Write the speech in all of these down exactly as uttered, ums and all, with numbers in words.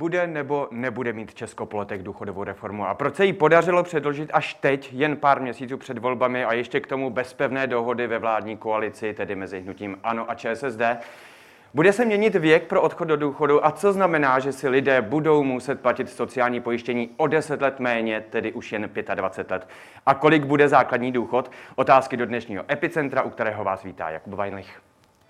bude nebo nebude mít Česko po letech důchodovou reformu a proč se jí podařilo předložit až teď, jen pár měsíců před volbami a ještě k tomu bez pevné dohody ve vládní koalici, tedy mezi hnutím ANO a ČSSD. Bude se měnit věk pro odchod do důchodu a co znamená, že si lidé budou muset platit sociální pojištění o deset let méně, tedy už jen dvacet pět let. A kolik bude základní důchod? Otázky do dnešního Epicentra, u kterého vás vítá Jakub Vajnlich.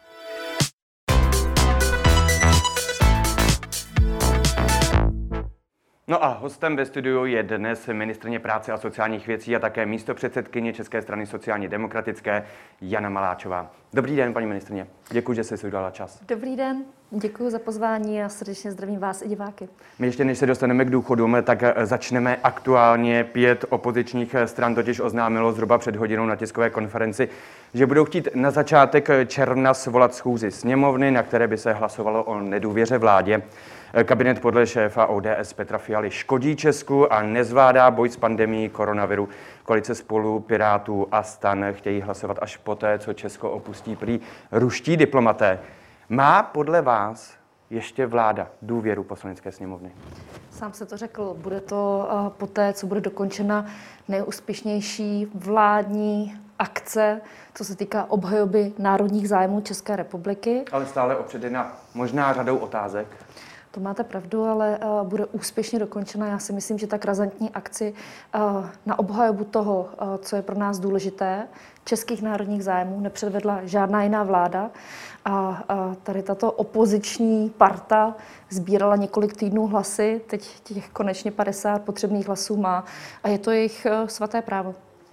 No a hostem ve studiu je dnes ministryně práce a sociálních věcí a také místopředsedkyně České strany sociálně demokratické Jana Maláčová. Dobrý den, paní ministryně. Děkuji, že jste si udělala čas. Dobrý den, děkuji za pozvání a srdečně zdravím vás i diváky. My ještě než se dostaneme k důchodům, tak začneme aktuálně. Pět opozičních stran totiž oznámilo zhruba před hodinou na tiskové konferenci, že budou chtít na začátek června svolat schůzi sněmovny, na které by se hlasovalo o nedůvěře vládě. Kabinet podle šéfa O D S Petra Fialy škodí Česku a nezvládá boj s pandemií koronaviru. Koalice Spolu, Pirátů a STAN chtějí hlasovat až poté, co Česko opustí prý ruští diplomaté. Má podle vás ještě vláda důvěru Poslanecké sněmovny? Sám se to řekl, bude to uh, poté, co bude dokončena nejúspěšnější vládní akce, co se týká obhajoby národních zájmů České republiky. Ale stále opředena možná řadou otázek. To máte pravdu, ale uh, bude úspěšně dokončena. Já si myslím, že tak razantní akci uh, na obhajobu toho, uh, co je pro nás důležité, českých národních zájmů, nepředvedla žádná jiná vláda. A, a tady tato opoziční parta sbírala několik týdnů hlasy, teď těch konečně padesát potřebných hlasů má a je to jejich uh, svaté právo.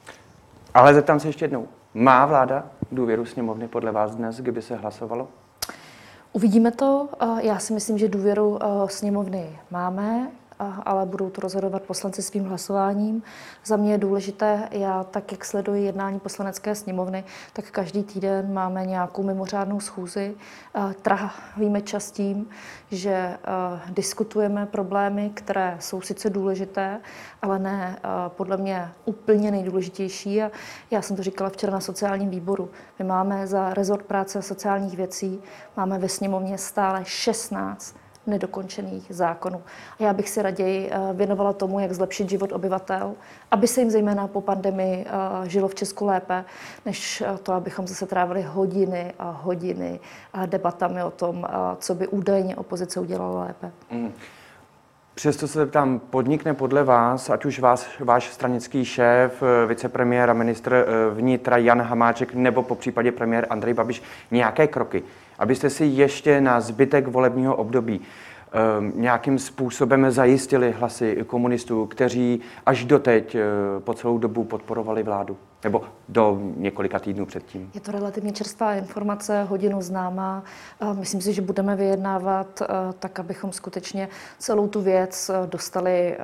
Ale zeptám se ještě jednou. Má vláda důvěru sněmovny podle vás dnes, kdyby se hlasovalo? Uvidíme to. Já si myslím, že důvěru sněmovny máme, ale budou to rozhodovat poslanci svým hlasováním. Za mě je důležité, já tak, jak sleduji jednání Poslanecké sněmovny, tak každý týden máme nějakou mimořádnou schůzi. Trávíme čas tím, že diskutujeme problémy, které jsou sice důležité, ale ne podle mě úplně nejdůležitější. A já jsem to říkala včera na sociálním výboru. My máme za rezort práce a sociálních věcí, máme ve sněmovně stále šestnáct nedokončených zákonů. A já bych si raději věnovala tomu, jak zlepšit život obyvatel, aby se jim zejména po pandemii žilo v Česku lépe, než to, abychom zase trávili hodiny a hodiny debatami o tom, co by údajně opozice udělala lépe. Mm. Přesto se zeptám, podnikne podle vás, ať už vás, váš stranický šéf, vicepremiér a ministr vnitra Jan Hamáček nebo popřípadě premiér Andrej Babiš nějaké kroky, abyste si ještě na zbytek volebního období um, nějakým způsobem zajistili hlasy komunistů, kteří až doteď uh, po celou dobu podporovali vládu? Nebo do několika týdnů předtím? Je to relativně čerstvá informace, hodinu známá. Myslím si, že budeme vyjednávat tak, abychom skutečně celou tu věc dostali,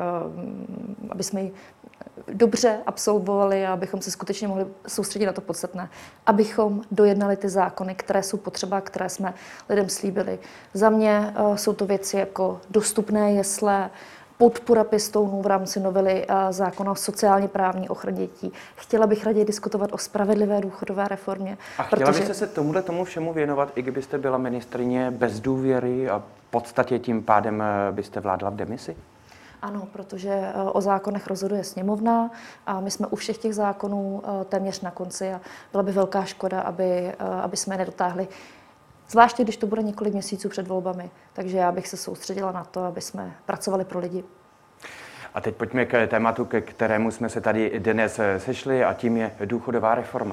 aby jsme ji dobře absolvovali a abychom se skutečně mohli soustředit na to podstatné. Abychom dojednali ty zákony, které jsou potřeba, které jsme lidem slíbili. Za mě jsou to věci jako dostupné jesle, podpora pěstounů v rámci novely zákona o sociálně právní ochraně dětí. Chtěla bych raději diskutovat o spravedlivé důchodové reformě. A chtěla protože... byste se tomuhle tomu všemu věnovat, i kdybyste byla ministryně bez důvěry a v podstatě tím pádem byste vládla v demisi? Ano, protože o zákonech rozhoduje sněmovna a my jsme u všech těch zákonů téměř na konci a byla by velká škoda, aby, aby jsme je nedotáhli. Zvláště, když to bude několik měsíců před volbami. Takže já bych se soustředila na to, aby jsme pracovali pro lidi. A teď pojďme k tématu, ke kterému jsme se tady dnes sešli, a tím je důchodová reforma.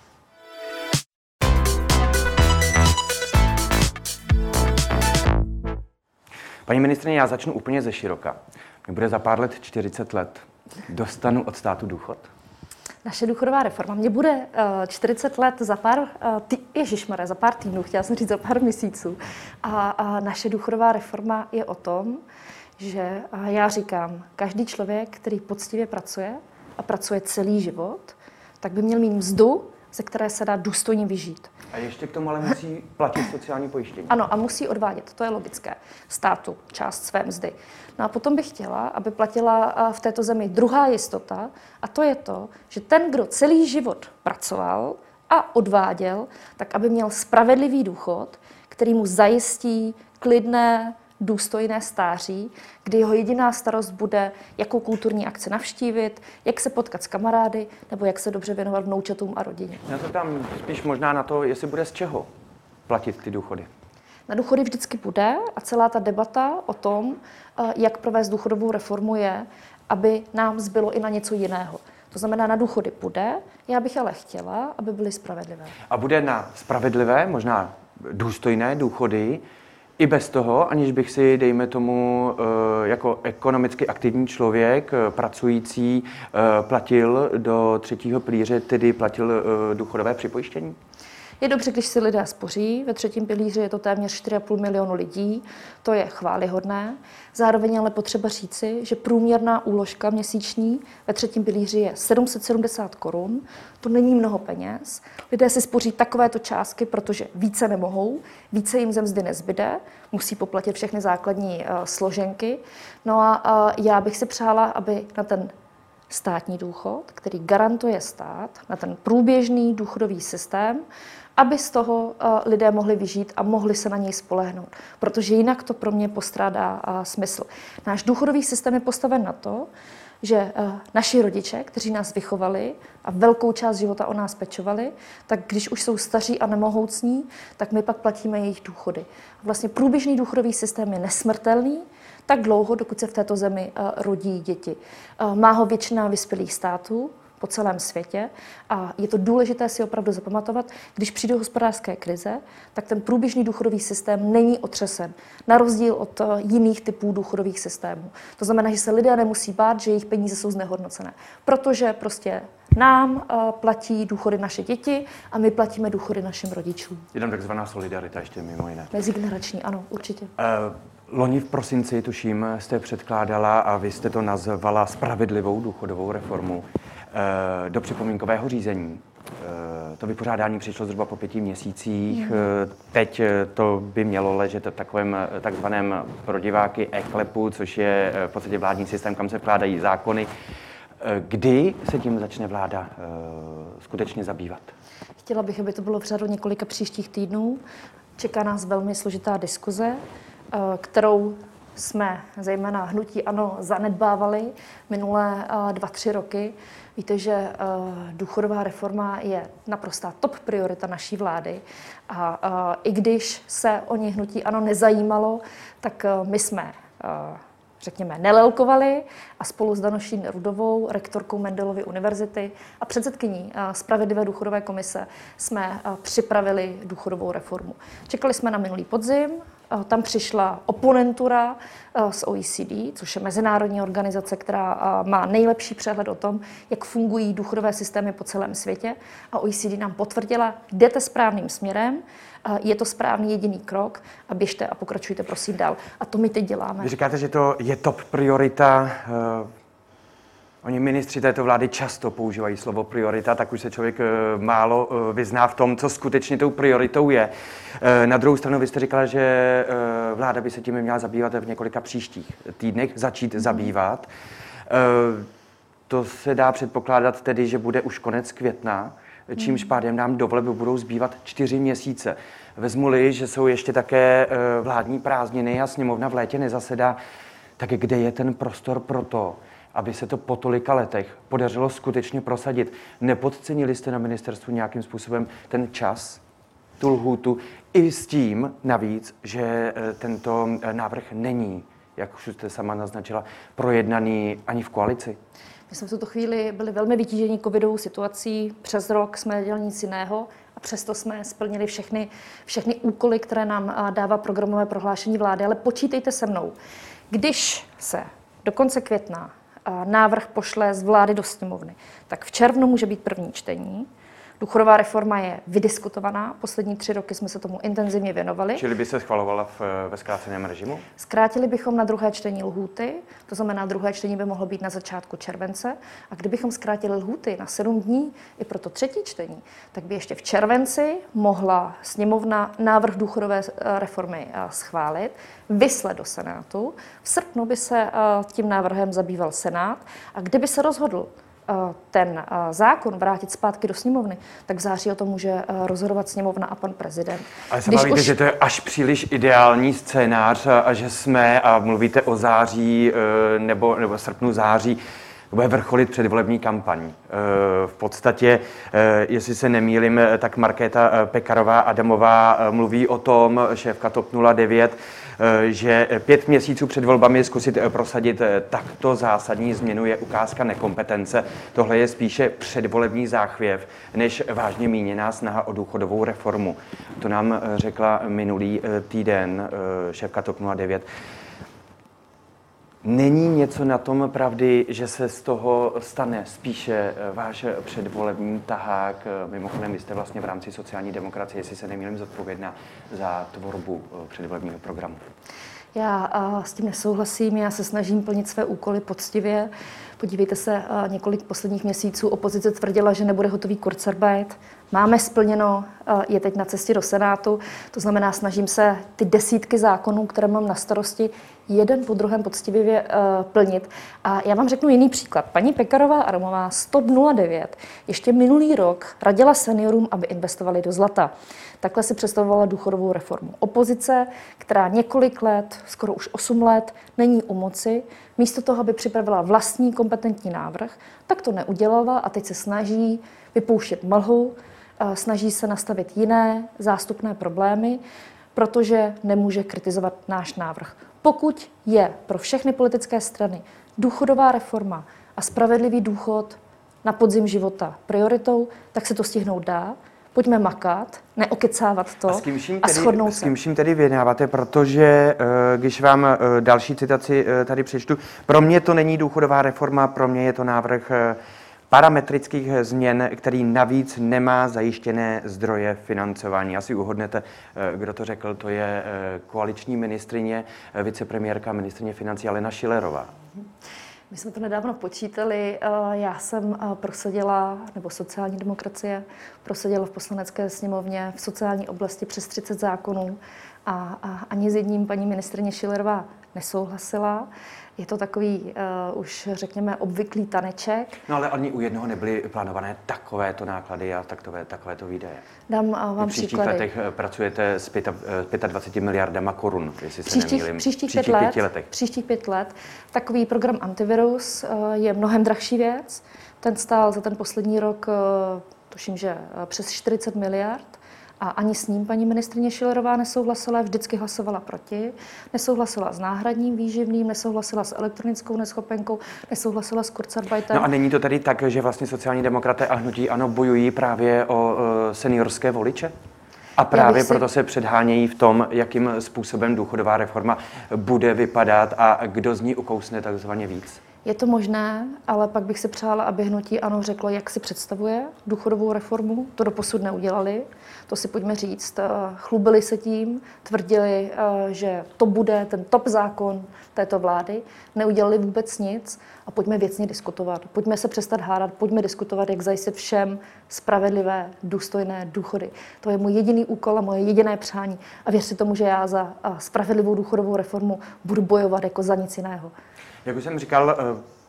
Paní ministryně, já začnu úplně ze široka. Mě bude za pár let čtyřicet let. Dostanu od státu důchod? Naše důchodová reforma. Mně bude uh, čtyřicet let za pár, uh, tý, ježišmarja, za pár týdnů, chtěla jsem říct za pár měsíců. A, a naše důchodová reforma je o tom, že uh, já říkám, každý člověk, který poctivě pracuje a pracuje celý život, tak by měl mít mzdu, ze které se dá důstojně vyžít. A ještě k tomu ale musí platit sociální pojištění. Ano, a musí odvádět, to je logické, státu část své mzdy. No a potom bych chtěla, aby platila v této zemi druhá jistota, a to je to, že ten, kdo celý život pracoval a odváděl, tak aby měl spravedlivý důchod, který mu zajistí klidné důstojné stáří, kdy jeho jediná starost bude, jakou kulturní akci navštívit, jak se potkat s kamarády, nebo jak se dobře věnovat vnoučatům a rodině. Já to tam spíš možná na to, jestli bude z čeho platit ty důchody. Na důchody vždycky bude a celá ta debata o tom, jak provést důchodovou reformu je, aby nám zbylo i na něco jiného. To znamená, na důchody bude, já bych ale chtěla, aby byly spravedlivé. A bude na spravedlivé, možná důstojné důchody, i bez toho, aniž bych si, dejme tomu, jako ekonomicky aktivní člověk, pracující, platil do třetího pilíře, tedy platil důchodové připojištění? Je dobře, když si lidé spoří. Ve třetím pilíři je to téměř čtyři a půl milionu lidí. To je chvályhodné. Zároveň ale potřeba říci, že průměrná úložka měsíční ve třetím pilíři je sedm set sedmdesát korun. To není mnoho peněz. Lidé si spoří takovéto částky, protože více nemohou, více jim ze mzdy nezbyde, musí poplatit všechny základní uh, složenky. No a uh, já bych si přála, aby na ten státní důchod, který garantuje stát, na ten průběžný důchodový systém, aby z toho uh, lidé mohli vyžít a mohli se na něj spolehnout. Protože jinak to pro mě postrádá uh, smysl. Náš důchodový systém je postaven na to, že uh, naši rodiče, kteří nás vychovali a velkou část života o nás pečovali, tak když už jsou staří a nemohoucní, tak my pak platíme jejich důchody. Vlastně průběžný důchodový systém je nesmrtelný, tak dlouho, dokud se v této zemi uh, rodí děti. Uh, má ho většina vyspělých států po celém světě a je to důležité si opravdu zapamatovat, když přijde hospodářské krize, tak ten průběžný důchodový systém není otřesen, na rozdíl od uh, jiných typů důchodových systémů. To znamená, že se lidé nemusí bát, že jejich peníze jsou znehodnocené, protože prostě nám uh, platí důchody naše děti a my platíme důchody našim rodičům. Je tam takzvaná solidarita ještě mimo jiné. Mezigenerační, ano, určitě. Uh, Loni v prosinci, tuším, jste předkládala a vy jste to nazvala spravedlivou důchodovou reformu do připomínkového řízení. To vypořádání přišlo zhruba po pěti měsících. Mm. Teď to by mělo ležet v takovém takzvaném pro diváky eKLEPu, což je v podstatě vládní systém, kam se vkládají zákony. Kdy se tím začne vláda skutečně zabývat? Chtěla bych, aby to bylo v řádu několika příštích týdnů. Čeká nás velmi složitá diskuze, kterou jsme zejména hnutí ANO zanedbávali minulé dva, tři roky. Víte, že důchodová reforma je naprostá top priorita naší vlády a i když se o ní hnutí ANO nezajímalo, tak my jsme, řekněme, nelelkovali a spolu s Danoší Nerudovou, rektorkou Mendelovy univerzity a předsedkyní Spravedlivé důchodové komise jsme připravili důchodovou reformu. Čekali jsme na minulý podzim. Tam přišla oponentura z O E C D, což je mezinárodní organizace, která má nejlepší přehled o tom, jak fungují důchodové systémy po celém světě. A O E C D nám potvrdila, jdete správným směrem, je to správný jediný krok a běžte a pokračujte prosím dál. A to my teď děláme. Vy říkáte, že to je top priorita. Oni ministři této vlády často používají slovo priorita, tak už se člověk málo vyzná v tom, co skutečně tou prioritou je. Na druhou stranu vy jste říkala, že vláda by se tím měla zabývat v několika příštích týdnech, začít mm. zabývat. To se dá předpokládat tedy, že bude už konec května, čímž pádem nám do voleb budou zbývat čtyři měsíce. Vezmu-li, že jsou ještě také vládní prázdniny a sněmovna v létě nezasedá, tak kde je ten prostor pro to, aby se to po tolika letech podařilo skutečně prosadit? Nepodcenili jste na ministerstvu nějakým způsobem ten čas, tu lhůtu, i s tím navíc, že tento návrh není, jak už jste sama naznačila, projednaný ani v koalici? My jsme v tuto chvíli byli velmi vytíženi covidovou situací. Přes rok jsme nedělali nic jiného a přesto jsme splnili všechny, všechny úkoly, které nám dává programové prohlášení vlády. Ale počítejte se mnou. Když se do konce května návrh pošle z vlády do sněmovny, tak v červnu může být první čtení. Důchodová reforma je vydiskutovaná. Poslední tři roky jsme se tomu intenzivně věnovali. Čili by se schvalovala v, ve zkráceném režimu? Zkrátili bychom na druhé čtení lhůty, to znamená, druhé čtení by mohlo být na začátku července. A kdybychom zkrátili lhůty na sedm dní i pro to třetí čtení, tak by ještě v červenci mohla sněmovna návrh důchodové reformy schválit, vyslat do Senátu. V srpnu by se tím návrhem zabýval Senát a kdyby se rozhodl ten zákon vrátit zpátky do sněmovny, tak v září o tom může rozhodovat sněmovna a pan prezident. Ale se bavíte, už... že to je až příliš ideální scénář a, a že jsme, a mluvíte o září nebo, nebo srpnu září, bude vrcholit předvolební kampaň. V podstatě, jestli se nemýlím, tak Markéta Pekarová Adamová mluví o tom, šéfka TOP nula devět, že pět měsíců před volbami zkusit prosadit takto zásadní změnu je ukázka nekompetence. Tohle je spíše předvolební záchvěv, než vážně míněná snaha o důchodovou reformu. To nám řekla minulý týden šéfka TOP nula devět. Není něco na tom pravdy, že se z toho stane spíše váš předvolební tahák? Mimochodem, vy jste vlastně v rámci sociální demokracie, jestli se nemýlím, zodpovědná za tvorbu předvolebního programu. Já s tím nesouhlasím, já se snažím plnit své úkoly poctivě. Podívejte se, několik posledních měsíců opozice tvrdila, že nebude hotový kurzarbeit. Máme splněno, je teď na cestě do Senátu, to znamená, snažím se ty desítky zákonů, které mám na starosti, jeden po druhém poctivě uh, plnit. A já vám řeknu jiný příklad. Paní Pekarová Adamová z TOP nula devět ještě minulý rok radila seniorům, aby investovali do zlata. Takhle si představovala důchodovou reformu. Opozice, která několik let, skoro už osm let, není u moci, místo toho, aby připravila vlastní kompetentní návrh, tak to neudělala a teď se snaží vypouštět mlhu, snaží se nastavit jiné zástupné problémy, protože nemůže kritizovat náš návrh. Pokud je pro všechny politické strany důchodová reforma a spravedlivý důchod na podzim života prioritou, tak se to stihnout dá. Pojďme makat, neokecávat to a, a shodnout se. S kým vším tedy vyjednáváte, protože když vám další citaci tady přečtu, pro mě to není důchodová reforma, pro mě je to návrh parametrických změn, který navíc nemá zajištěné zdroje financování. Asi uhodnete, kdo to řekl, to je koaliční ministryně, vicepremiérka, ministryně financí Alena Schillerová. My jsme to nedávno počítali. Já jsem prosadila, nebo sociální demokracie prosadila v poslanecké sněmovně v sociální oblasti přes třicet zákonů a, a ani s jedním paní ministryně Schillerová nesouhlasila. Je to takový uh, už, řekněme, obvyklý taneček. No ale ani u jednoho nebyly plánované takovéto náklady a takové, takovéto výdaje. Dám uh, vám v příštích příklady. letech pracujete s dvaceti pěti miliardama korun, jestli se příštích, nemýlím. Příštích, příštích pět pěti let, letech. Příštích pět let. Takový program antivirus uh, je mnohem drahší věc. Ten stál za ten poslední rok, uh, tuším, že uh, přes čtyřicet miliard. A ani s ním paní ministryně Schillerová nesouhlasila, vždycky hlasovala proti. Nesouhlasila s náhradním výživným, nesouhlasila s elektronickou neschopenkou, nesouhlasila s kurzarbeitem. No a není to tedy tak, že vlastně sociální demokraté a hnutí ANO bojují právě o seniorské voliče? A právě si... proto se předhánějí v tom, jakým způsobem důchodová reforma bude vypadat a kdo z ní ukousne takzvaně víc? Je to možné, ale pak bych si přála, aby hnutí ANO řeklo, jak si představuje důchodovou reformu. To doposud neudělali. To si pojďme říct. Chlubili se tím, tvrdili, že to bude ten top zákon této vlády. Neudělali vůbec nic a pojďme věcně diskutovat. Pojďme se přestat hádat, pojďme diskutovat, jak zajistit všem spravedlivé, důstojné důchody. To je můj jediný úkol a moje jediné přání. A věřte tomu, že já za spravedlivou důchodovou reformu budu bojovat jako za nic jiného. Jak už jsem říkal,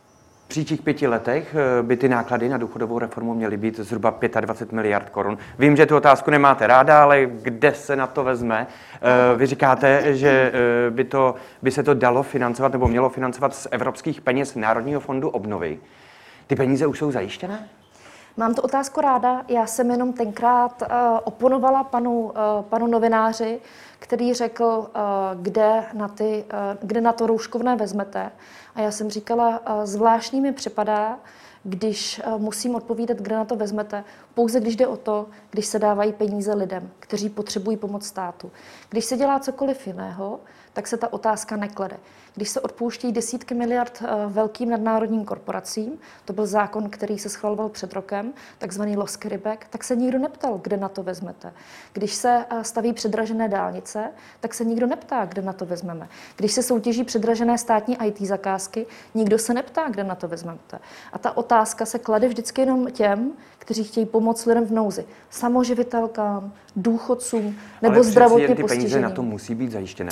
v příštích pěti letech by ty náklady na důchodovou reformu měly být zhruba dvacet pět miliard korun. Vím, že tu otázku nemáte ráda, ale kde se na to vezme? Vy říkáte, že by, to, by se to dalo financovat nebo mělo financovat z evropských peněz Národního fondu obnovy. Ty peníze už jsou zajištěné? Mám tu otázku ráda. Já jsem jenom tenkrát uh, oponovala panu, uh, panu novináři, který řekl, uh, kde, na ty, uh, kde na to rouškovné vezmete. A já jsem říkala, uh, zvláštní mi připadá, když uh, musím odpovídat, kde na to vezmete, pouze když jde o to, když se dávají peníze lidem, kteří potřebují pomoc státu. Když se dělá cokoliv jiného, tak se ta otázka neklade. Když se odpouští desítky miliard velkým nadnárodním korporacím, to byl zákon, který se schvaloval před rokem, takzvaný loss carryback, tak se nikdo neptal, kde na to vezmete. Když se staví předražené dálnice, tak se nikdo neptá, kde na to vezmeme. Když se soutěží předražené státní í té zakázky, nikdo se neptá, kde na to vezmete. A ta otázka se klade vždycky jenom těm, kteří chtějí pomoct lidem v nouzi. Samoživitelkám, důchodcům nebo zdravotně postiženým. Ale ty peníze na to musí být zajištěné. A hned to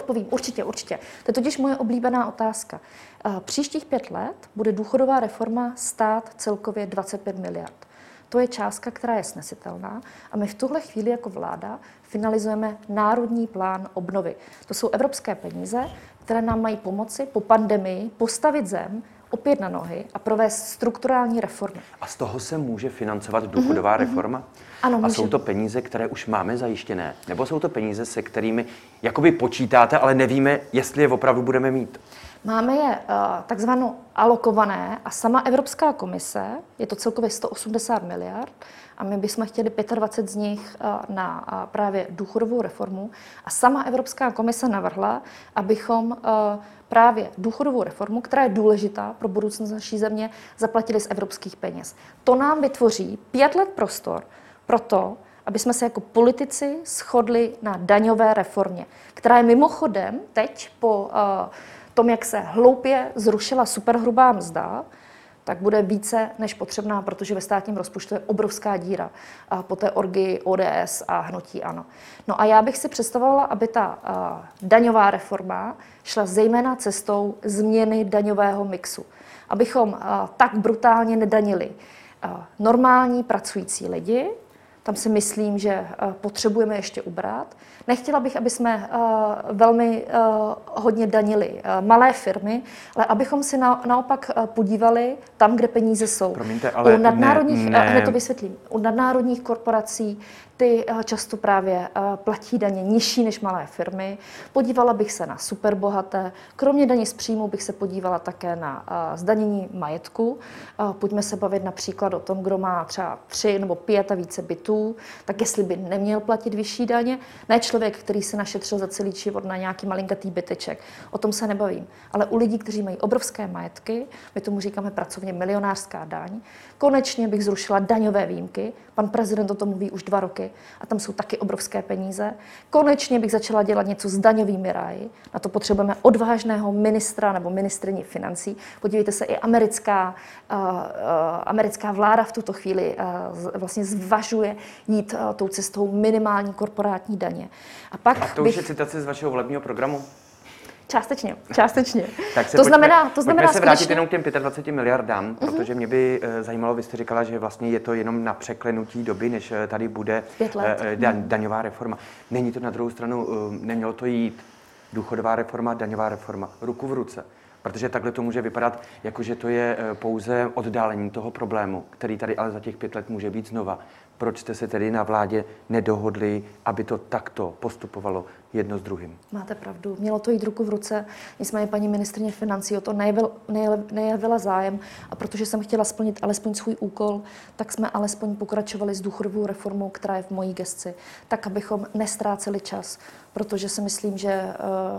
odpovím, určitě, určitě. To je totiž moje oblíbená otázka. Příštích pět let bude důchodová reforma stát celkově dvacet pět miliard. To je částka, která je snesitelná a my v tuhle chvíli jako vláda finalizujeme Národní plán obnovy. To jsou evropské peníze, které nám mají pomoci po pandemii postavit zem opět na nohy a provést strukturální reformy. A z toho se může financovat důchodová mm-hmm. reforma? Ano, může. A jsou to peníze, které už máme zajištěné? Nebo jsou to peníze, se kterými jakoby počítáte, ale nevíme, jestli je opravdu budeme mít? Máme je uh, takzvanou alokované a sama Evropská komise, je to celkově sto osmdesát miliard a my bychom chtěli dvacet pět z nich uh, na uh, právě důchodovou reformu a sama Evropská komise navrhla, abychom uh, právě důchodovou reformu, která je důležitá pro budoucnost naší země, zaplatili z evropských peněz. To nám vytvoří pět let prostor pro to, aby jsme se jako politici shodli na daňové reformě, která je mimochodem teď po uh, tom, jak se hloupě zrušila superhrubá mzda, tak bude více než potřebná, protože ve státním rozpočtu je obrovská díra a po té orgii O D S a hnutí ANO. No a já bych si představovala, aby ta uh, daňová reforma šla zejména cestou změny daňového mixu. Abychom uh, tak brutálně nedanili uh, normální pracující lidi, tam si myslím, že uh, potřebujeme ještě ubrat. Nechtěla bych, aby jsme uh, velmi uh, hodně danili uh, malé firmy, ale abychom si na, naopak uh, podívali tam, kde peníze jsou. Promiňte, ale u nadnárodních, ne, ne. hned to vysvětlím, u nadnárodních korporací ty uh, často právě uh, platí daně nižší než malé firmy. Podívala bych se na superbohaté. Kromě daně z příjmu bych se podívala také na uh, zdanění majetku. Uh, pojďme se bavit například o tom, kdo má třeba tři nebo pět a více bytů, tak jestli by neměl platit vyšší daně. Ne člověk, který si našetřil za celý život na nějaký malinkatý byteček. O tom se nebavím. Ale u lidí, kteří mají obrovské majetky, my tomu říkáme pracovně milionářská daň, konečně bych zrušila daňové výjimky. Pan prezident o tom mluví už dva roky a tam jsou taky obrovské peníze. Konečně bych začala dělat něco s daňovými ráji. Na to potřebujeme odvážného ministra nebo ministryni financí. Podívejte se, i americká, uh, uh, americká vláda v tuto chvíli uh, vlastně zvažuje jít uh, tou cestou minimální korporátní daně. A pak a to bych... už je citace z vašeho volebního programu? Částečně, částečně. Tak se to pojďme, znamená, to znamená pojďme se vrátit skutečně... jenom k těm dvaceti pěti miliardám, uh-huh. protože mě by uh, zajímalo, vy jste říkala, že vlastně je to jenom na překlenutí doby, než uh, tady bude uh, da, daňová reforma. Není to na druhou stranu, uh, nemělo to jít důchodová reforma, daňová reforma, ruku v ruce. Protože takhle to může vypadat, jako že to je uh, pouze oddálení toho problému, který tady ale za těch pět let může být znova. Proč jste se tedy na vládě nedohodli, aby to takto postupovalo jedno s druhým? Máte pravdu, mělo to jít ruku v ruce, nicméně paní ministryně financí o to nejevil, nejevila zájem a protože jsem chtěla splnit alespoň svůj úkol, tak jsme alespoň pokračovali s důchodovou reformou, která je v mojí gesci, tak abychom nestráceli čas, protože si myslím, že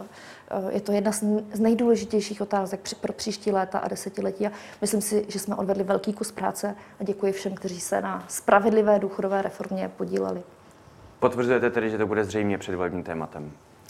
uh, je to jedna z nejdůležitějších otázek pro příští léta a desetiletí a myslím si, že jsme odvedli velký kus práce a děkuji všem, kteří se na spravedlivé důchodové reformě podíleli. Potvrzujete tedy, že to bude zřejmě předvolebním tématem?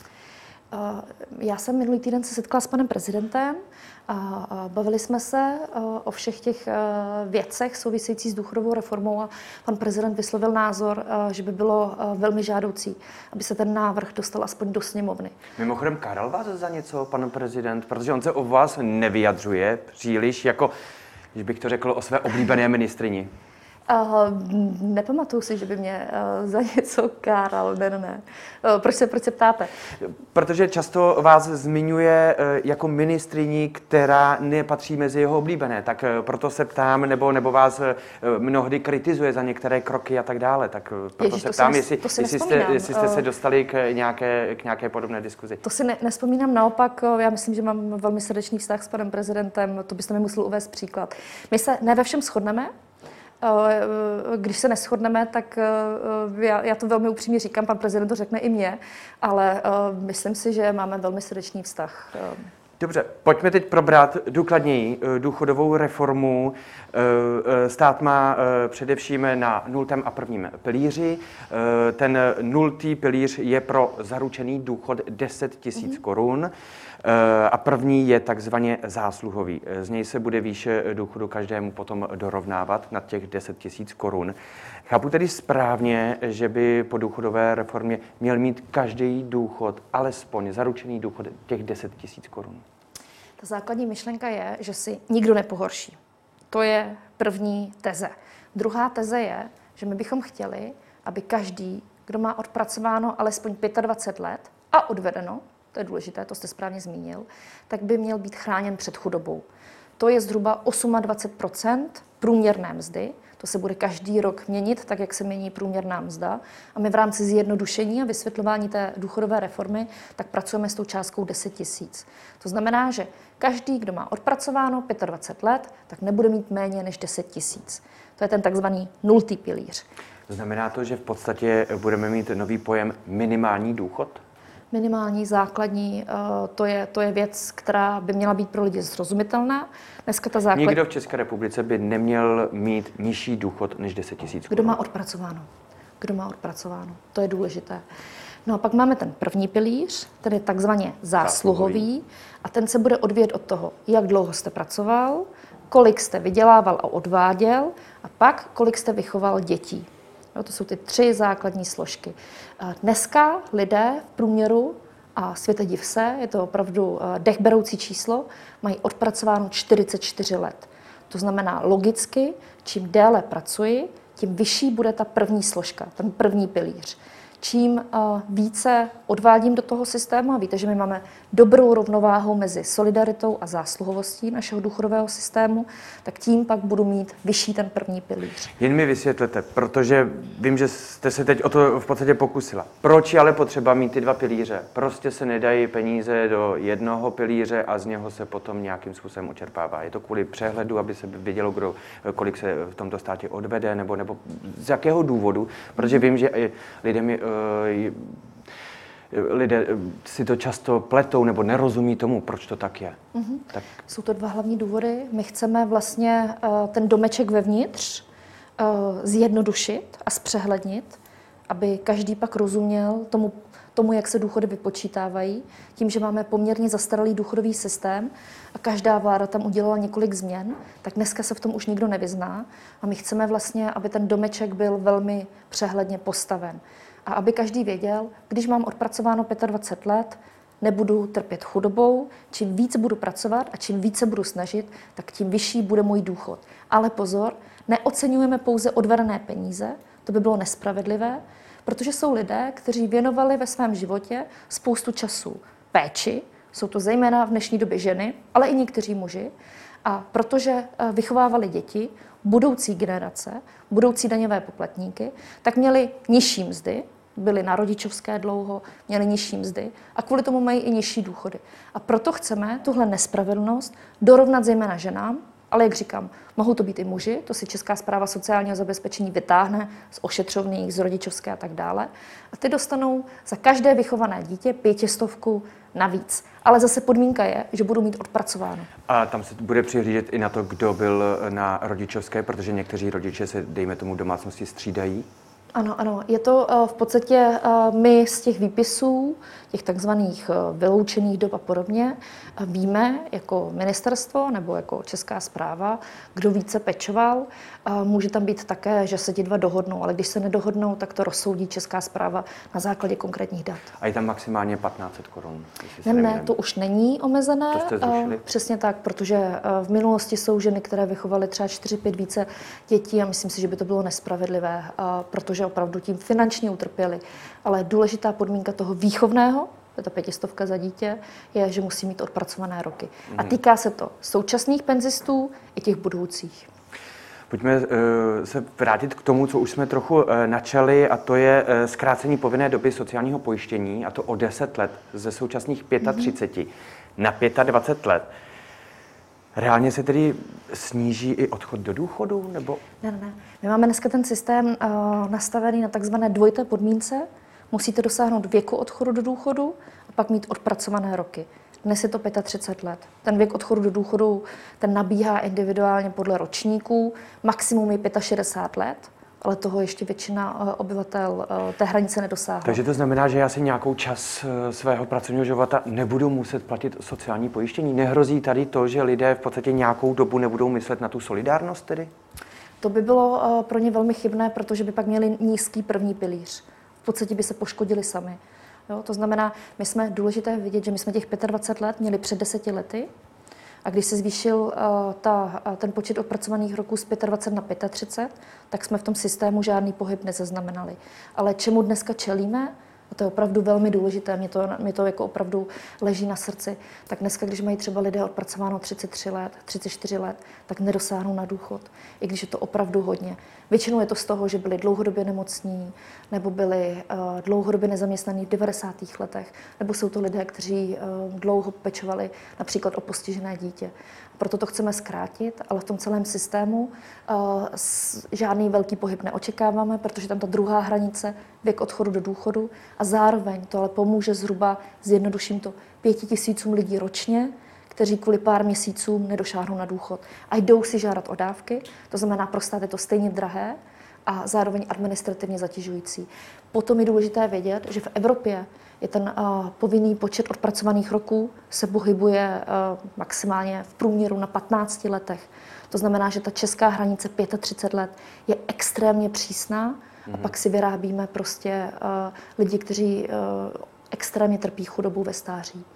Já jsem minulý týden se setkala s panem prezidentem a bavili jsme se o všech těch věcech související s důchodovou reformou a pan prezident vyslovil názor, že by bylo velmi žádoucí, aby se ten návrh dostal aspoň do sněmovny. Mimochodem, káral vás za něco, pan prezident? Protože on se o vás nevyjadřuje příliš, jako, když bych to řekl, o své oblíbené ministryni. Uh, nepamatuju si, že by mě uh, za něco káral, ne, ne, ne. Uh, proč se, proč se ptáte? Protože často vás zmiňuje uh, jako ministryni, která nepatří mezi jeho oblíbené, tak uh, proto se ptám, nebo, nebo vás uh, mnohdy kritizuje za některé kroky a tak dále, tak uh, proto Ježiš, se to ptám, si, jestli, to si jestli, jste, jestli jste se dostali k nějaké, k nějaké podobné diskuzi. To si ne, nespomínám, naopak, já myslím, že mám velmi srdečný vztah s panem prezidentem, to byste mi musel uvést příklad. My se ne ve všem shodneme. Když se neshodneme, tak já, já to velmi upřímně říkám, pan prezident to řekne i mně, ale myslím si, že máme velmi srdečný vztah. Dobře, pojďme teď probrat důkladněji důchodovou reformu. Stát má především na nultém a prvním pilíři. Ten nultý pilíř je pro zaručený důchod deset tisíc korun. A první je takzvaně zásluhový. Z něj se bude výše důchodu každému potom dorovnávat na těch deset tisíc korun. Chápu tedy správně, že by po důchodové reformě měl mít každý důchod, alespoň zaručený důchod těch deset tisíc korun. Ta základní myšlenka je, že si nikdo nepohorší. To je první teze. Druhá teze je, že my bychom chtěli, aby každý, kdo má odpracováno alespoň dvacet pět let a odvedeno, to je důležité, to jste správně zmínil, tak by měl být chráněn před chudobou. To je zhruba dvacet osm procent průměrné mzdy. To se bude každý rok měnit, tak jak se mění průměrná mzda. A my v rámci zjednodušení a vysvětlování té důchodové reformy, tak pracujeme s tou částkou deset tisíc. To znamená, že každý, kdo má odpracováno dvacet pět let, tak nebude mít méně než deset tisíc. To je ten takzvaný nultý pilíř. Znamená to, že v podstatě budeme mít nový pojem minimální důchod? Minimální, základní, to je, to je věc, která by měla být pro lidi srozumitelná. Dneska ta základ... Nikdo v České republice by neměl mít nižší důchod než deset tisíc korun. Kdo má odpracováno? Kdo má odpracováno? To je důležité. No a pak máme ten první pilíř, ten je takzvaně zásluhový a ten se bude odvíjet od toho, jak dlouho jste pracoval, kolik jste vydělával a odváděl a pak kolik jste vychoval dětí. No, to jsou ty tři základní složky. Dneska lidé v průměru, a světe div se, je to opravdu dechberoucí číslo, mají odpracováno čtyřicet čtyři let. To znamená logicky, čím déle pracuji, tím vyšší bude ta první složka, ten první pilíř. Čím více odvádím do toho systému, a víte, že my máme dobrou rovnováhu mezi solidaritou a zásluhovostí našeho důchodového systému, tak tím pak budu mít vyšší ten první pilíř. Jen mi vysvětlete, protože vím, že jste se teď o to v podstatě pokusila. Proč je ale potřeba mít ty dva pilíře? Prostě se nedají peníze do jednoho pilíře a z něho se potom nějakým způsobem očerpává. Je to kvůli přehledu, aby se vědělo, kdo, kolik se v tomto státě odvede, nebo, nebo z jakého důvodu? Protože vím, že lidem je, lidé si to často pletou nebo nerozumí tomu, proč to tak je. Mm-hmm. Tak. Jsou to dva hlavní důvody. My chceme vlastně ten domeček vevnitř zjednodušit a zpřehlednit, aby každý pak rozuměl tomu, tomu, jak se důchody vypočítávají. Tím, že máme poměrně zastaralý důchodový systém a každá vláda tam udělala několik změn, tak dneska se v tom už nikdo nevyzná a my chceme vlastně, aby ten domeček byl velmi přehledně postaven. A aby každý věděl, když mám odpracováno dvacet pět let, nebudu trpět chudobou, čím víc budu pracovat a čím více budu snažit, tak tím vyšší bude můj důchod. Ale pozor, neoceňujeme pouze odvedené peníze, to by bylo nespravedlivé, protože jsou lidé, kteří věnovali ve svém životě spoustu času péči, jsou to zejména v dnešní době ženy, ale i někteří muži, a protože vychovávali děti, budoucí generace, budoucí daňové poplatníky, tak měli nižší mzdy, byli na rodičovské dlouho, měli nižší mzdy a kvůli tomu mají i nižší důchody. A proto chceme tuhle nespravedlnost dorovnat zejména ženám, ale jak říkám, mohou to být i muži, to si Česká správa sociálního zabezpečení vytáhne z ošetřovných, z rodičovské a tak dále. A ty dostanou za každé vychované dítě pětistovku navíc. Ale zase podmínka je, že budou mít odpracováno. A tam se bude přihlížet i na to, kdo byl na rodičovské, protože někteří rodiče se, dejme tomu, domácnosti střídají? Ano, ano. Je to v podstatě my z těch výpisů, těch takzvaných vyloučených dob a podobně, víme jako ministerstvo nebo jako Česká správa, kdo více pečoval. Může tam být také, že se ti dva dohodnou, ale když se nedohodnou, tak to rozsoudí Česká správa na základě konkrétních dat. A je tam maximálně patnáct set korun? Ne, ne, to už není omezené. To jste zrušili? Přesně tak, protože v minulosti jsou ženy, které vychovaly třeba čtyři pět více dětí a myslím si, že by to bylo nespravedlivé, protože opravdu tím finančně utrpěli. Ale důležitá podmínka toho výchovného, to je ta pětistovka za dítě, je, že musí mít odpracované roky. Mm. A týká se to současných penzistů i těch budoucích. Pojďme uh, se vrátit k tomu, co už jsme trochu uh, načali, a to je uh, zkrácení povinné doby sociálního pojištění, a to o deset let ze současných třicet pět mm. na dvacet pět let. Reálně se tedy sníží i odchod do důchodu, nebo? Ne, ne, ne. My máme dneska ten systém uh, nastavený na takzvané dvojité podmínce. Musíte dosáhnout věku odchodu do důchodu a pak mít odpracované roky. Dnes je to třicet pět let. Ten věk odchodu do důchodu, ten nabíhá individuálně podle ročníků. Maximum je šedesát pět let ale toho ještě většina obyvatel té hranice nedosáhla. Takže to znamená, že já si nějakou čas svého pracovního života nebudu muset platit sociální pojištění? Nehrozí tady to, že lidé v podstatě nějakou dobu nebudou myslet na tu solidárnost tedy? To by bylo pro ně velmi chybné, protože by pak měli nízký první pilíř. V podstatě by se poškodili sami. Jo, to znamená, my jsme důležité vidět, že my jsme těch dvacet pět let měli před deseti lety a když se zvýšil uh, ta, uh, ten počet odpracovaných roků z dvacet pět na třicet pět, tak jsme v tom systému žádný pohyb nezaznamenali. Ale čemu dneska čelíme, a to je opravdu velmi důležité, mě to, mě to jako opravdu leží na srdci, tak dneska, když mají třeba lidé odpracováno třicet tři let, třicet čtyři let, tak nedosáhnou na důchod, i když je to opravdu hodně. Většinou je to z toho, že byli dlouhodobě nemocní, nebo byli uh, dlouhodobě nezaměstnaní v devadesátých letech, nebo jsou to lidé, kteří uh, dlouho pečovali například o postižené dítě. Proto to chceme zkrátit, ale v tom celém systému uh, s, žádný velký pohyb neočekáváme, protože tam ta druhá hranice, věk odchodu do důchodu, a zároveň to ale pomůže zhruba, zjednoduším to, pěti tisícům lidí ročně, kteří kvůli pár měsícům nedošáhnou na důchod a jdou si žádat o dávky, to znamená, pro stát je to stejně drahé a zároveň administrativně zatěžující. Potom je důležité vědět, že v Evropě je ten uh, povinný počet odpracovaných roků se pohybuje uh, maximálně v průměru na patnácti letech. To znamená, že ta česká hranice třicet pět let je extrémně přísná mm-hmm. a pak si vyrábíme prostě uh, lidi, kteří uh, extrémně trpí chudobou ve stáří.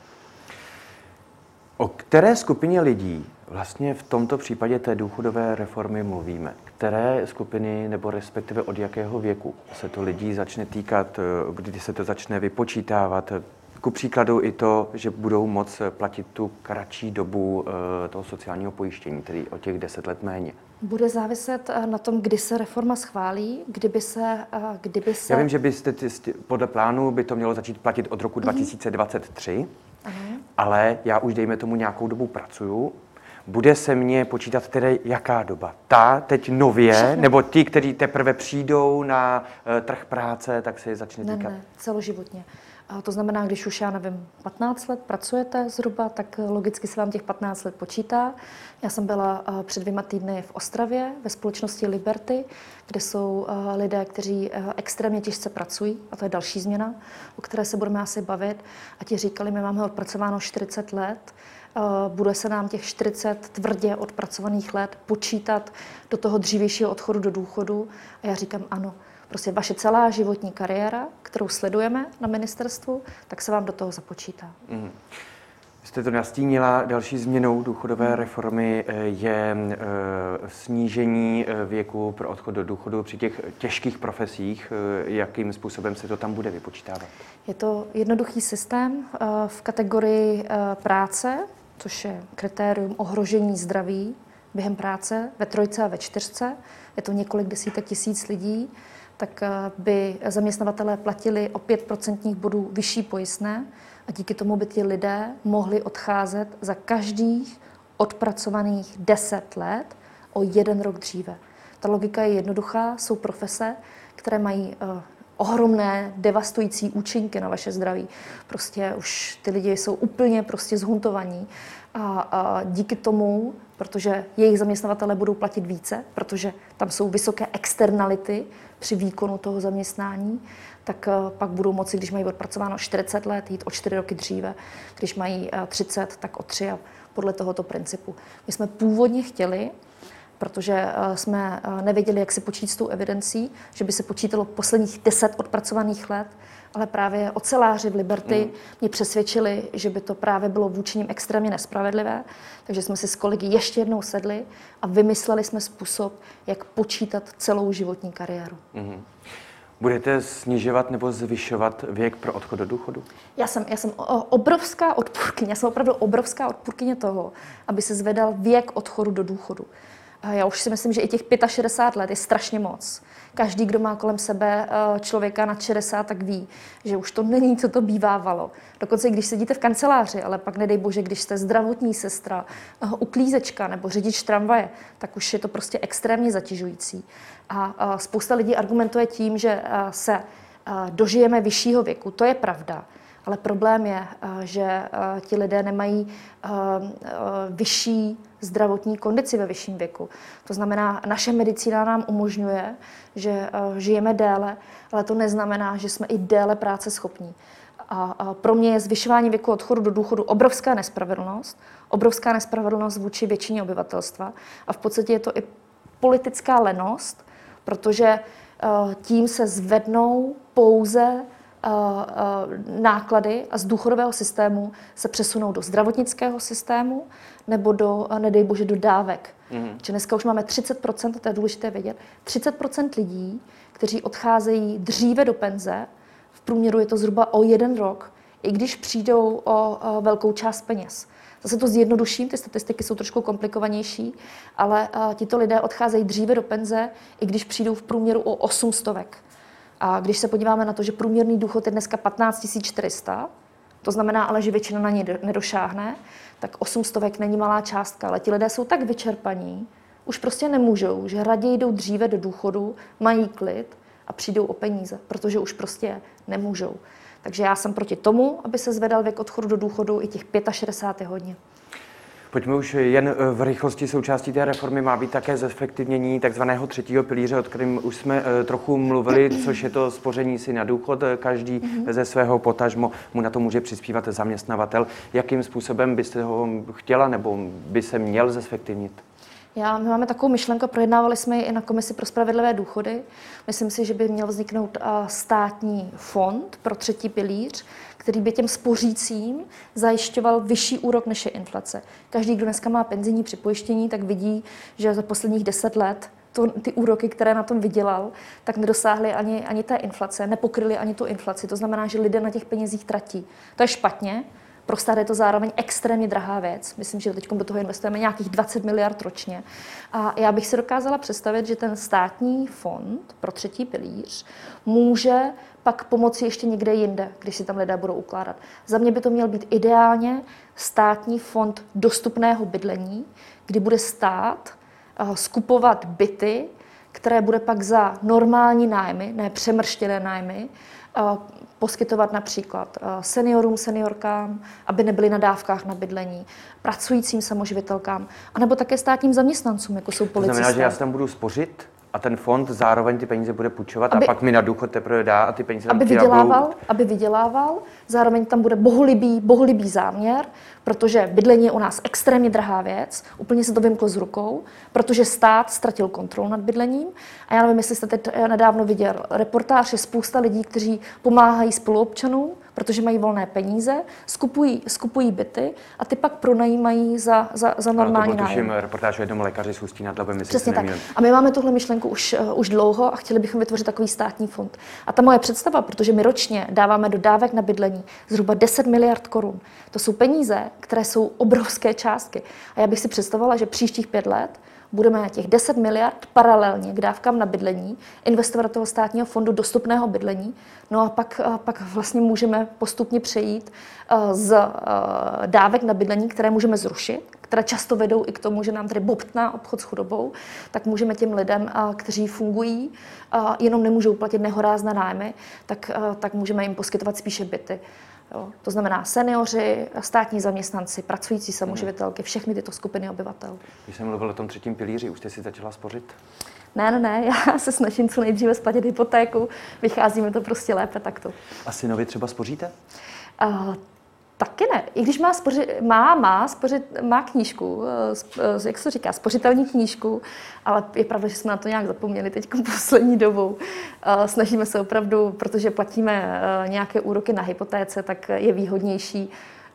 O které skupině lidí vlastně v tomto případě té důchodové reformy mluvíme? Které skupiny nebo respektive od jakého věku se to lidí začne týkat, kdy se to začne vypočítávat? Ku příkladu i to, že budou moct platit tu kratší dobu toho sociálního pojištění, tedy o těch deset let méně. Bude záviset na tom, kdy se reforma schválí, kdyby se... Kdyby se... Já vím, že byste podle plánu by to mělo začít platit od roku dva tisíce dvacet tři, mm-hmm. ale já už dejme tomu nějakou dobu pracuju. Bude se mně počítat tedy jaká doba? Ta teď nově, všechno. Nebo ti, kteří teprve přijdou na uh, trh práce, tak se je začne ne, týkat? Ne, celoživotně. A to znamená, když už, já nevím, patnáct let pracujete zhruba, tak logicky se vám těch patnáct let počítá. Já jsem byla uh, před dvěma týdny v Ostravě ve společnosti Liberty, kde jsou uh, lidé, kteří uh, extrémně těžce pracují, a to je další změna, o které se budeme asi bavit. A ti říkali, my máme odpracováno čtyřicet let, Uh, bude se nám těch čtyřicet tvrdě odpracovaných let počítat do toho dřívějšího odchodu do důchodu. A já říkám ano, prostě vaše celá životní kariéra, kterou sledujeme na ministerstvu, tak se vám do toho započítá. Mm. Jste to nastínila, další změnou důchodové reformy je snížení věku pro odchod do důchodu při těch těžkých profesích. Jakým způsobem se to tam bude vypočítávat? Je to jednoduchý systém v kategorii práce, což je kritérium ohrožení zdraví během práce ve trojce a ve čtyřce. Je to několik desítek tisíc lidí, tak by zaměstnavatelé platili o pět procentních bodů vyšší pojistné a díky tomu by ti lidé mohli odcházet za každých odpracovaných deset let o jeden rok dříve. Ta logika je jednoduchá, jsou profese, které mají uh, ohromné devastující účinky na vaše zdraví. Prostě už ty lidi jsou úplně prostě zhuntovaní a, a díky tomu, protože jejich zaměstnavatelé budou platit více, protože tam jsou vysoké externality při výkonu toho zaměstnání, tak uh, pak budou moci, když mají odpracováno čtyřicet let, jít o čtyři roky dříve, když mají uh, třicet, tak o tři a podle tohoto principu. My jsme původně chtěli, protože jsme nevěděli, jak se počít s tou evidencí, že by se počítalo posledních deset odpracovaných let, ale právě oceláři v Liberty mm. mě přesvědčili, že by to právě bylo vůči nim extrémně nespravedlivé, takže jsme si s kolegy ještě jednou sedli a vymysleli jsme způsob, jak počítat celou životní kariéru. Mm. Budete snižovat nebo zvyšovat věk pro odchod do důchodu? Já jsem, já jsem obrovská odpůrkyně, já jsem opravdu obrovská odpůrkyně toho, aby se zvedal věk odchodu do důchodu. Já už si myslím, že i těch šedesát pět let je strašně moc. Každý, kdo má kolem sebe člověka nad šedesát, tak ví, že už to není, co to bývávalo. Dokonce i když sedíte v kanceláři, ale pak nedej bože, když jste zdravotní sestra, uklízečka nebo řidič tramvaje, tak už je to prostě extrémně zatěžující. A spousta lidí argumentuje tím, že se dožijeme vyššího věku. To je pravda. Ale problém je, že ti lidé nemají vyšší zdravotní kondici ve vyšším věku. To znamená, naše medicína nám umožňuje, že žijeme déle, ale to neznamená, že jsme i déle práce schopní. A pro mě je zvyšování věku odchodu do důchodu obrovská nespravedlnost, obrovská nespravedlnost vůči většině obyvatelstva a v podstatě je to i politická lenost, protože tím se zvednou pouze náklady a z důchodového systému se přesunou do zdravotnického systému nebo do, nedej bože, do dávek. Mm. Čiže dneska už máme třicet procent, to je důležité vědět, třicet procent lidí, kteří odcházejí dříve do penze, v průměru je to zhruba o jeden rok, i když přijdou o, o velkou část peněz. Zase to zjednoduším, ty statistiky jsou trošku komplikovanější, ale a, tito lidé odcházejí dříve do penze, i když přijdou v průměru o osm stovek. A když se podíváme na to, že průměrný důchod je dneska patnáct tisíc čtyři sta, to znamená ale, že většina na ně nedošáhne, tak osm stovek není malá částka, ale ti lidé jsou tak vyčerpaní, už prostě nemůžou, že raději jdou dříve do důchodu, mají klid a přijdou o peníze, protože už prostě nemůžou. Takže já jsem proti tomu, aby se zvedal věk odchodu do důchodu i těch šedesát pět hodin. Pojďme už jen v rychlosti. Součástí té reformy má být také zefektivnění takzvaného třetího pilíře, o kterém už jsme trochu mluvili, což je to spoření si na důchod. Každý mm-hmm. ze svého potažmo mu na to může přispívat zaměstnavatel. Jakým způsobem byste ho chtěla nebo by se měl zefektivnit? Já, my máme takovou myšlenku, projednávali jsme ji i na Komisi pro spravedlivé důchody. Myslím si, že by měl vzniknout státní fond pro třetí pilíř, který by těm spořícím zajišťoval vyšší úrok než je inflace. Každý, kdo dneska má penzijní připojištění, tak vidí, že za posledních deset let to, ty úroky, které na tom vydělal, tak nedosáhly ani, ani té inflace, nepokryly ani tu inflaci. To znamená, že lidé na těch penězích tratí. To je špatně. Pro stát je to zároveň extrémně drahá věc. Myslím, že teď do toho investujeme nějakých dvacet miliard ročně. A já bych si dokázala představit, že ten státní fond pro třetí pilíř může pak pomoci ještě někde jinde, když si tam lidé budou ukládat. Za mě by to měl být ideálně státní fond dostupného bydlení, kdy bude stát skupovat byty, které bude pak za normální nájmy, ne přemrštěné nájmy, poskytovat například seniorům, seniorkám, aby nebyli na dávkách na bydlení, pracujícím samoživitelkám, anebo také státním zaměstnancům, jako jsou policisté. To znamená, že já si tam budu spořit a ten fond zároveň ty peníze bude půjčovat aby, a pak mi na důchod teprve dá a ty peníze tam aby vydělával, budou... aby vydělával, zároveň tam bude bohulibý, bohulibý záměr, protože bydlení je u nás extrémně drahá věc, úplně se to vymklo z rukou, protože stát ztratil kontrolu nad bydlením. A já nevím, jestli jste teď nedávno viděl reportáž, je spousta lidí, kteří pomáhají spoluobčanům, protože mají volné peníze, skupují, skupují byty a ty pak pronajímají za, za, za normální nájem. To byl tuším reportáž o jednom lékaři z Ústí nad Labem. Přesně tak. A my máme tuhle myšlenku už, uh, už dlouho a chtěli bychom vytvořit takový státní fond. A ta moje představa, protože my ročně dáváme do dávek na bydlení zhruba deset miliard korun. To jsou peníze, které jsou obrovské částky. A já bych si představovala, že příštích pět let budeme těch deset miliard paralelně k dávkám na bydlení investovat do toho státního fondu dostupného bydlení. No a pak, pak vlastně můžeme postupně přejít z dávek na bydlení, které můžeme zrušit, které často vedou i k tomu, že nám tady bobtná obchod s chudobou, tak můžeme těm lidem, kteří fungují, jenom nemůžou platit nehorázné nájmy, tak, tak můžeme jim poskytovat spíše byty. Jo. To znamená seniori, státní zaměstnanci, pracující samoživitelky, všechny tyto skupiny obyvatel. Když jsem mluvil o tom třetím pilíři, už jste si začala spořit? Ne, ne, ne, já se snažím co nejdříve splatit hypotéku, vychází mi to prostě lépe takto. A synovi třeba spoříte? Uh, Taky ne. I když má, spoři, má, má, spořit, má knížku, jak se to říká, spořitelní knížku, ale je pravda, že jsme na to nějak zapomněli teď poslední dobou. Snažíme se opravdu, protože platíme nějaké úroky na hypotéce, tak je výhodnější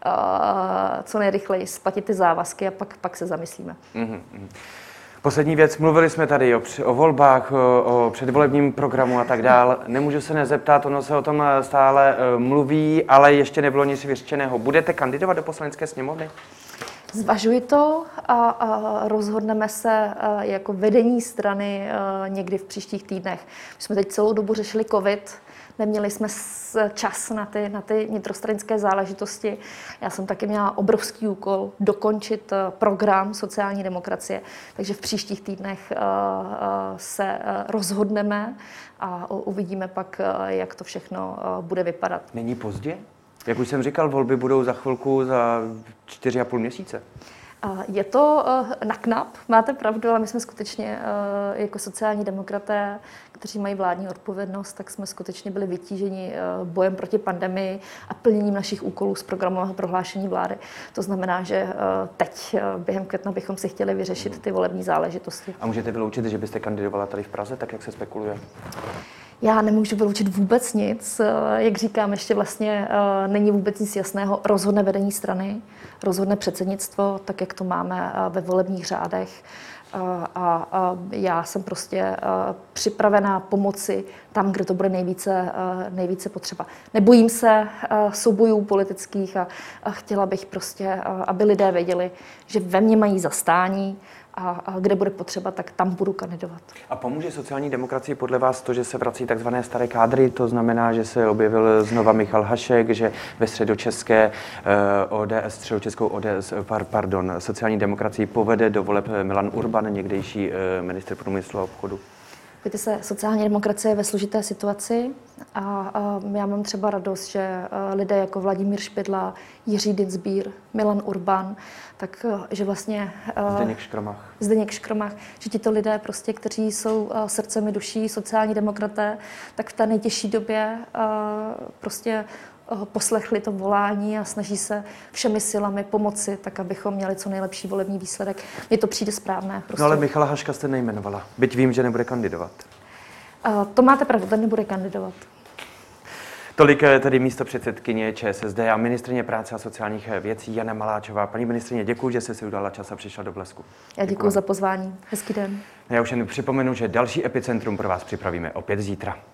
co nejrychleji splatit ty závazky a pak, pak se zamyslíme. Mm-hmm. Poslední věc, mluvili jsme tady o, o volbách, o, o předvolebním programu a tak dál. Nemůžu se nezeptat, ono se o tom stále mluví, ale ještě nebylo nic vyřčeného. Budete kandidovat do Poslanecké sněmovny? Zvažuji to a, a rozhodneme se jako vedení strany někdy v příštích týdnech. My jsme teď celou dobu řešili covid, neměli jsme čas na ty, na ty vnitrostranické záležitosti. Já jsem taky měla obrovský úkol dokončit program sociální demokracie, takže v příštích týdnech se rozhodneme a uvidíme pak, jak to všechno bude vypadat. Není pozdě? Jak už jsem říkal, volby budou za chvilku, za čtyři a půl měsíce. Je to na knap, máte pravdu, ale my jsme skutečně jako sociální demokraté, kteří mají vládní odpovědnost, tak jsme skutečně byli vytíženi bojem proti pandemii a plněním našich úkolů z programového prohlášení vlády. To znamená, že teď během května bychom si chtěli vyřešit ty volební záležitosti. A můžete vyloučit, že byste kandidovala tady v Praze, tak jak se spekuluje? Já nemůžu vyloučit vůbec nic. Jak říkám, ještě vlastně není vůbec nic jasného. Rozhodne vedení strany, rozhodne předsednictvo, tak jak to máme ve volebních řádech. A já jsem prostě připravená pomoci tam, kde to bude nejvíce, nejvíce potřeba. Nebojím se soubojů politických a chtěla bych prostě, aby lidé věděli, že ve mně mají zastání, a, a kde bude potřeba, tak tam budu kandidovat. A pomůže sociální demokracii podle vás to, že se vrací takzvané staré kádry? To znamená, že se objevil znova Michal Hašek, že ve středočeské uh, O D S, středočeskou O D S, pardon, sociální demokracii povede do voleb Milan Urban, někdejší uh, ministr průmyslu a obchodu? Víte se, sociální demokracie je ve složité situaci a, a já mám třeba radost, že lidé jako Vladimír Špidla, Jiří Dienstbier, Milan Urban, tak že vlastně... Zdeněk Škromach. Zdeněk Škromach, že tito lidé prostě, kteří jsou srdcem i duší sociální demokraté, tak v té nejtěžší době prostě poslechli to volání a snaží se všemi silami pomoci, tak abychom měli co nejlepší volební výsledek. Mně to přijde správné. Prostě. No ale Michala Haška jste nejmenovala, byť vím, že nebude kandidovat. Uh, to máte pravdu, ten nebude kandidovat. Tolik tedy místopředsedkyně ČSSD a ministryně práce a sociálních věcí Jana Maláčová. Paní ministryně, děkuji, že jste si udala čas a přišla do Blesku. Já děkuji za pozvání. Hezký den. Já už jen připomenu, že další Epicentrum pro vás připravíme opět zítra.